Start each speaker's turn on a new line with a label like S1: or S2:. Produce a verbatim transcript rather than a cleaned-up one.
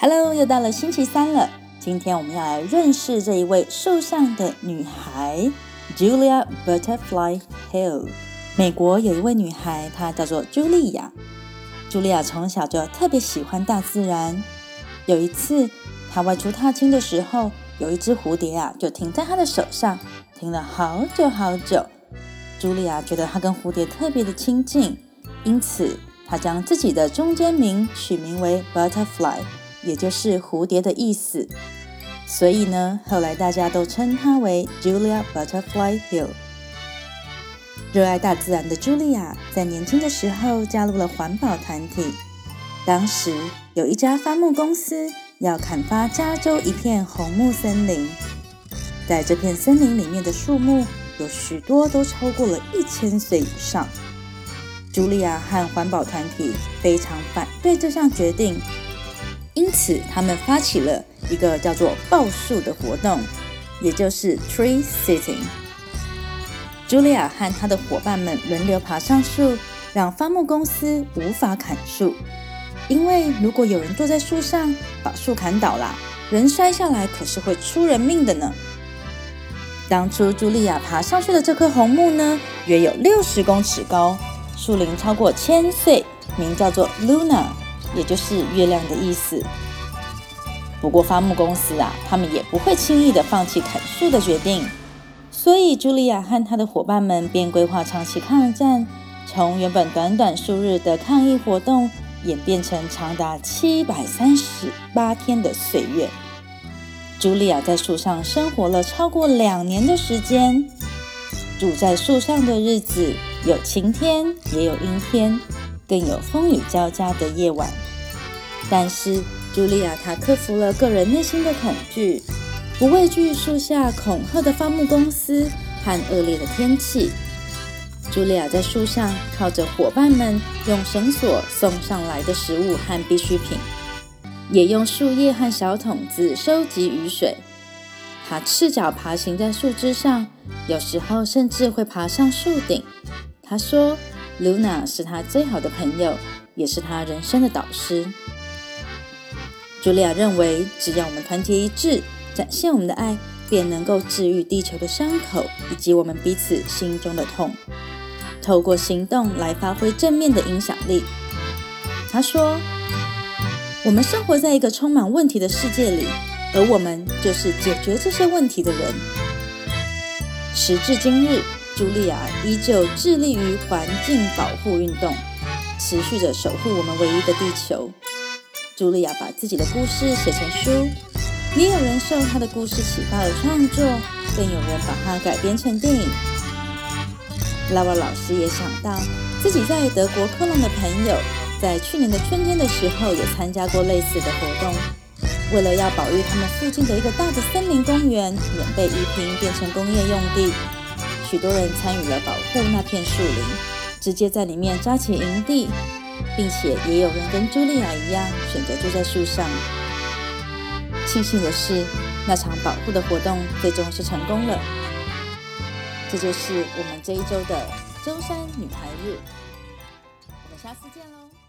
S1: Hello， 又到了星期三了。今天我们要来认识这一位树上的女孩 Julia Butterfly Hill。 美国有一位女孩，她叫做茱莉亚。茱莉亚从小就特别喜欢大自然。有一次她外出踏青的时候，有一只蝴蝶啊，就停在她的手上，停了好久好久。茱莉亚觉得她跟蝴蝶特别的亲近，因此她将自己的中间名取名为 Butterfly，也就是蝴蝶的意思，所以呢，后来大家都称她为 Julia Butterfly Hill。 热爱大自然的茱莉亚在年轻的时候加入了环保团体。当时有一家伐木公司要砍伐加州一片红木森林，在这片森林里面的树木有许多都超过了一千岁以上。茱莉亚和环保团体非常反对这项决定，因此他们发起了一个叫做抱树的活动，也就是 tree sitting。 茱莉亚和她的伙伴们轮流爬上树，让伐木公司无法砍树，因为如果有人坐在树上把树砍倒啦，人摔下来可是会出人命的呢。当初茱莉亚爬上去的这棵红木呢，约有六十公尺高，树龄超过千岁，名叫做 Luna，也就是月亮的意思。不过伐木公司啊，他们也不会轻易的放弃砍树的决定，所以茱莉亚和她的伙伴们便规划长期抗战，从原本短短数日的抗议活动演变成长达七百三十八天的岁月。茱莉亚在树上生活了超过两年的时间，住在树上的日子有晴天也有阴天，更有风雨交加的夜晚。但是茱莉亚她克服了个人内心的恐惧，不畏惧树下恐吓的伐木公司和恶劣的天气。茱莉亚在树上靠着伙伴们用绳索送上来的食物和必需品，也用树叶和小桶子收集雨水。她赤脚爬行在树枝上，有时候甚至会爬上树顶。她说 Luna 是她最好的朋友，也是她人生的导师。茱莉亚认为，只要我们团结一致，展现我们的爱，便能够治愈地球的伤口，以及我们彼此心中的痛，透过行动来发挥正面的影响力。她说，我们生活在一个充满问题的世界里，而我们就是解决这些问题的人。时至今日，茱莉亚依旧致力于环境保护运动，持续着守护我们唯一的地球。茱莉亚把自己的故事写成书，也有人受她的故事启发而创作，更有人把它改编成电影。拉瓦老师也想到自己在德国科隆的朋友，在去年的春天的时候也参加过类似的活动。为了要保育他们附近的一个大的森林公园免被夷平变成工业用地，许多人参与了保护那片树林，直接在里面扎起营地，并且也有人跟茱莉亚一样选择住在树上。庆幸的是，那场保护的活动最终是成功了。这就是我们这一周的舟山女孩日，我们下次见喽。